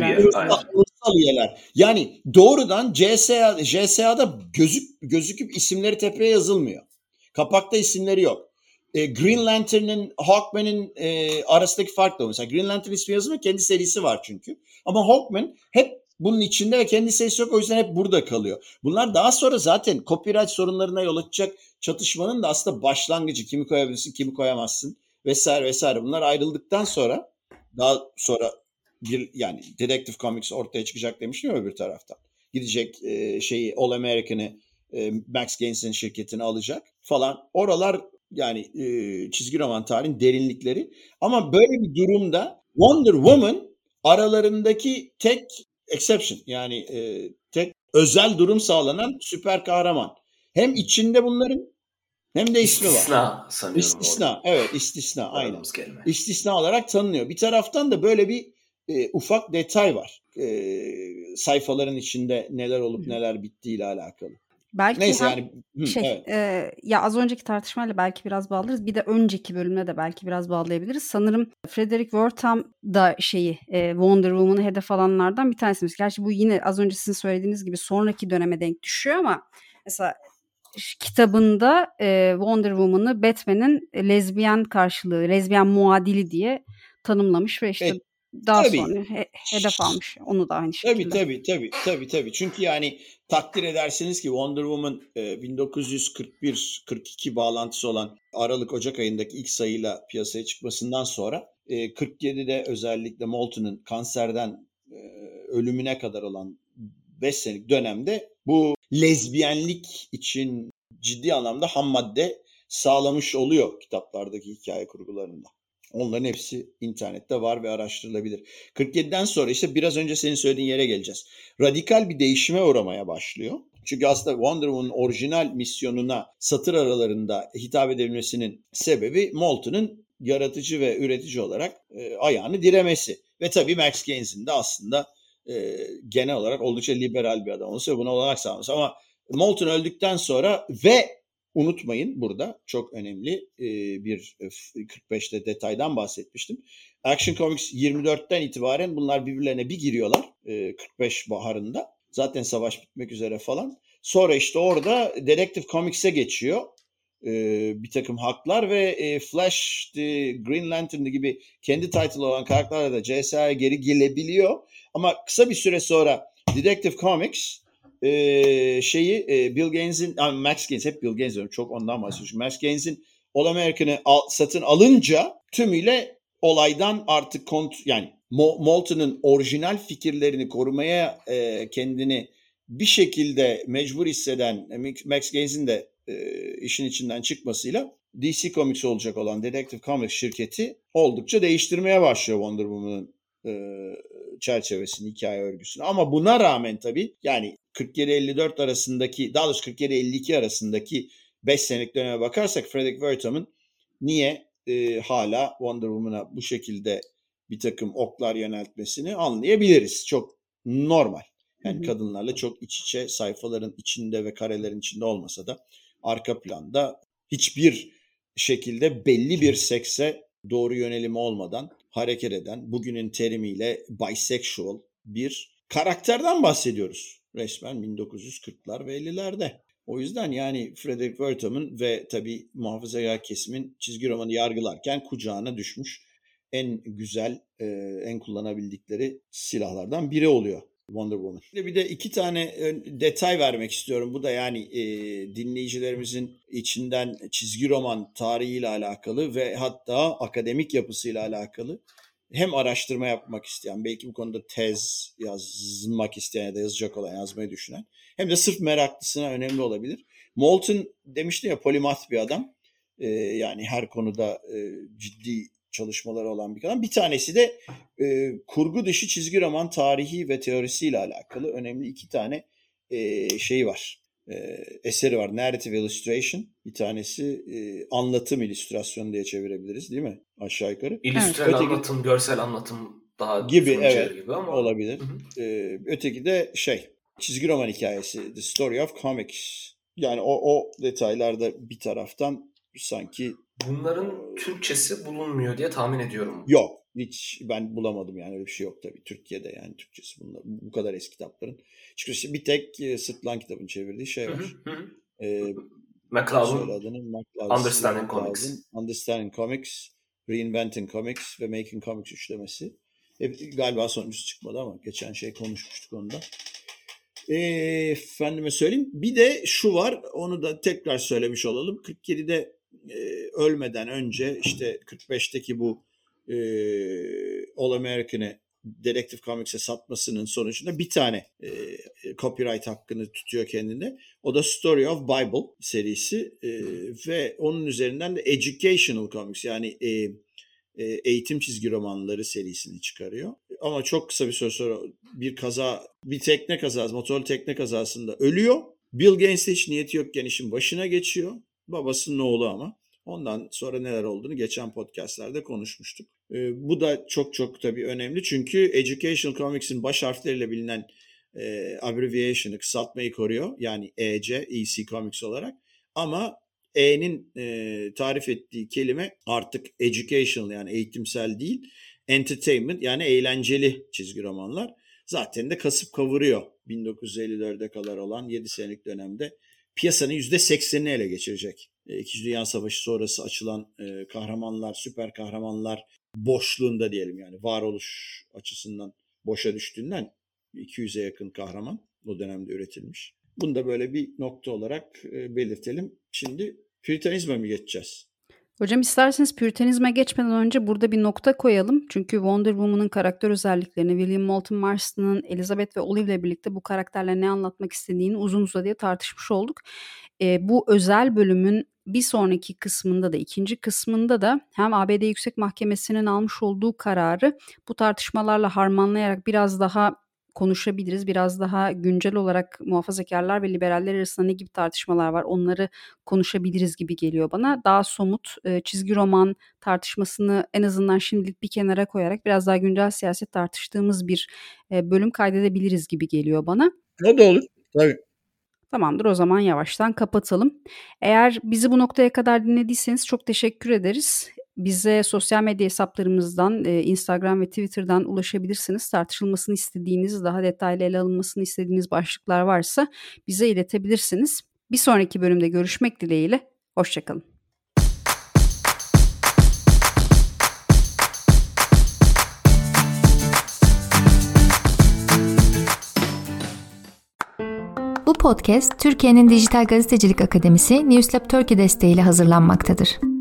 Speaker 3: üyeler. Yani doğrudan JSA'da gözüküp isimleri tepeye yazılmıyor. Kapakta isimleri yok. Green Lantern'ın, Hawkman'ın arasındaki fark da o. Mesela Green Lantern ismi yazılmıyor. Kendi serisi var çünkü. Ama Hawkman hep bunun içinde ve kendi serisi yok. O yüzden hep burada kalıyor. Bunlar daha sonra zaten copyright sorunlarına yol açacak çatışmanın da aslında başlangıcı. Kimi koyabilirsin, kimi koyamazsın vesaire. Bunlar ayrıldıktan sonra daha sonra yani Detective Comics ortaya çıkacak demiştim ya öbür taraftan. Gidecek All American'ı Max Gaines'in şirketini alacak falan. Oralar yani çizgi roman tarihin derinlikleri. Ama böyle bir durumda Wonder Woman aralarındaki tek exception, yani tek özel durum sağlanan süper kahraman. Hem içinde bunların hem de ismi var.
Speaker 4: İstisna sanıyorum.
Speaker 3: İstisna, evet, istisna, aynen. İstisna olarak tanınıyor. Bir taraftan da böyle bir ufak detay var. Sayfaların içinde neler olup neler bittiğiyle alakalı.
Speaker 2: Belki
Speaker 3: neyse yani evet.
Speaker 2: Ya az önceki tartışmayla belki biraz bağlarız. Bir de önceki bölümle de belki biraz bağlayabiliriz. Sanırım Frederick Wertham da Wonder Woman'ı hedef alanlardan bir tanesi. Gerçi bu yine az önce sizin söylediğiniz gibi sonraki döneme denk düşüyor ama mesela kitabında Wonder Woman'ı Batman'in lezbiyen karşılığı, lezbiyen muadili diye tanımlamış ve işte daha sonra hedef almış. Onu da aynı şekilde.
Speaker 3: Tabii. Çünkü yani takdir edersiniz ki Wonder Woman 1941-42 bağlantısı olan Aralık-Ocak ayındaki ilk sayıyla piyasaya çıkmasından sonra 47'de özellikle Moulton'un kanserden ölümüne kadar olan 5 senelik dönemde bu lezbiyenlik için ciddi anlamda ham madde sağlamış oluyor kitaplardaki hikaye kurgularında. Onların hepsi internette var ve araştırılabilir. 47'den sonra işte biraz önce senin söylediğin yere geleceğiz. Radikal bir değişime uğramaya başlıyor. Çünkü aslında Wonder Woman'ın orijinal misyonuna satır aralarında hitap edebilmesinin sebebi Moulton'un yaratıcı ve üretici olarak ayağını diremesi. Ve tabii Max Gaines'in de aslında genel olarak oldukça liberal bir adam olması ve buna olanak sağlaması. Ama Moulton öldükten sonra ve unutmayın, burada çok önemli bir 45'te detaydan bahsetmiştim. Action Comics 24'ten itibaren bunlar birbirlerine bir giriyorlar 45 baharında. Zaten savaş bitmek üzere falan. Sonra işte orada Detective Comics'e geçiyor bir takım haklar ve Flash, Green Lantern gibi kendi title olan karakterler de CSA'ya geri gelebiliyor. Ama kısa bir süre sonra Detective Comics Bill Gaines'in, Max Gaines, hep Bill Gaines diyorum, çok ondan bahsediyorum. Max Gaines'in All American'ı satın alınca tümüyle olaydan artık yani Moulton'un orijinal fikirlerini korumaya kendini bir şekilde mecbur hisseden Max Gaines'in de işin içinden çıkmasıyla DC Comics olacak olan Detective Comics şirketi oldukça değiştirmeye başlıyor Wonder Woman'ın çerçevesini, hikaye örgüsünü. Ama buna rağmen tabii yani 47-54 arasındaki, daha doğrusu 47-52 arasındaki 5 senelik döneme bakarsak Frederick Wertham'ın niye hala Wonder Woman'a bu şekilde bir takım oklar yöneltmesini anlayabiliriz. Çok normal. Yani kadınlarla çok iç içe, sayfaların içinde ve karelerin içinde olmasa da arka planda hiçbir şekilde belli bir sekse doğru yönelimi olmadan hareket eden, bugünün terimiyle bisexual bir karakterden bahsediyoruz. Resmen 1940'lar ve 50'lerde. O yüzden yani Frederick Wertham'ın ve tabii muhafazakar kesimin çizgi romanı yargılarken kucağına düşmüş en güzel, en kullanabildikleri silahlardan biri oluyor Wonder Woman. Bir de 2 tane detay vermek istiyorum. Bu da yani dinleyicilerimizin içinden çizgi roman tarihiyle alakalı ve hatta akademik yapısıyla alakalı hem araştırma yapmak isteyen, belki bu konuda tez yazmak isteyen ya da yazacak olan, yazmayı düşünen, hem de sırf meraklısına önemli olabilir. Moulton demişti ya, polimath bir adam. Yani her konuda ciddi çalışmaları olan bir adam. Bir tanesi de kurgu dışı çizgi roman tarihi ve teorisiyle alakalı önemli 2 tane şeyi var. Eseri var. Narrative Illustration. Bir tanesi anlatım illüstrasyonu diye çevirebiliriz, değil mi? Aşağı yukarı.
Speaker 4: İllüstrel anlatım, görsel anlatım daha
Speaker 3: gibi, evet,
Speaker 4: gibi ama
Speaker 3: olabilir. Öteki de çizgi roman hikayesi, The Story of Comics. Yani o detaylarda bir taraftan sanki
Speaker 4: bunların Türkçesi bulunmuyor diye tahmin ediyorum.
Speaker 3: Yok. Hiç ben bulamadım yani, öyle bir şey yok tabii. Türkiye'de yani Türkçesi bunlar. Bu kadar eski kitapların. Çünkü bir tek Sırtlan kitabın çevirdiği şey var.
Speaker 4: McCloud'un Understanding Comics.
Speaker 3: Understanding Comics, Reinventing Comics ve Making Comics üçlemesi. Galiba sonuncusu çıkmadı ama geçen konuşmuştuk onda. Efendime söyleyeyim. Bir de şu var, onu da tekrar söylemiş olalım. 47'de ölmeden önce işte 45'teki bu All American'ı Detective Comics'e satmasının sonucunda bir tane copyright hakkını tutuyor kendinde. O da Story of Bible serisi ve onun üzerinden de Educational Comics, yani eğitim çizgi romanları serisini çıkarıyor. Ama çok kısa bir süre sonra bir tekne kazası, motorlu tekne kazasında ölüyor. Bill Gaines de hiç niyeti yokken işin başına geçiyor. Babasının oğlu ama. Ondan sonra neler olduğunu geçen podcastlerde konuşmuştuk. Bu da çok çok tabii önemli. Çünkü Educational Comics'in baş harfleriyle bilinen abbreviation'ı, kısaltmayı koruyor. Yani EC Comics olarak. Ama E'nin tarif ettiği kelime artık educational, yani eğitimsel değil. Entertainment, yani eğlenceli çizgi romanlar. Zaten de kasıp kavuruyor. 1954'e kadar olan 7 senelik dönemde piyasanın %80'ini ele geçirecek. İkinci Dünya Savaşı sonrası açılan kahramanlar, süper kahramanlar boşluğunda diyelim, yani varoluş açısından boşa düştüğünden 200'e yakın kahraman o dönemde üretilmiş. Bunu da böyle bir nokta olarak belirtelim. Şimdi Püritenizme mi geçeceğiz?
Speaker 2: Hocam isterseniz Püritenizme geçmeden önce burada bir nokta koyalım. Çünkü Wonder Woman'ın karakter özelliklerini William Moulton Marston'ın Elizabeth ve Olive ile birlikte bu karakterle ne anlatmak istediğini uzun uzadıya tartışmış olduk. Bu özel bölümün bir sonraki kısmında da, ikinci kısmında da hem ABD Yüksek Mahkemesi'nin almış olduğu kararı bu tartışmalarla harmanlayarak biraz daha konuşabiliriz. Biraz daha güncel olarak muhafazakarlar ve liberaller arasında ne gibi tartışmalar var, onları konuşabiliriz gibi geliyor bana. Daha somut çizgi roman tartışmasını en azından şimdilik bir kenara koyarak biraz daha güncel siyaset tartıştığımız bir bölüm kaydedebiliriz gibi geliyor bana.
Speaker 3: O da olur. Tabii.
Speaker 2: Tamamdır, o zaman yavaştan kapatalım. Eğer bizi bu noktaya kadar dinlediyseniz çok teşekkür ederiz. Bize sosyal medya hesaplarımızdan, Instagram ve Twitter'dan ulaşabilirsiniz. Tartışılmasını istediğiniz, daha detaylı ele alınmasını istediğiniz başlıklar varsa bize iletebilirsiniz. Bir sonraki bölümde görüşmek dileğiyle, hoşça kalın.
Speaker 6: Bu podcast Türkiye'nin Dijital Gazetecilik Akademisi Newslab Turkey desteğiyle hazırlanmaktadır.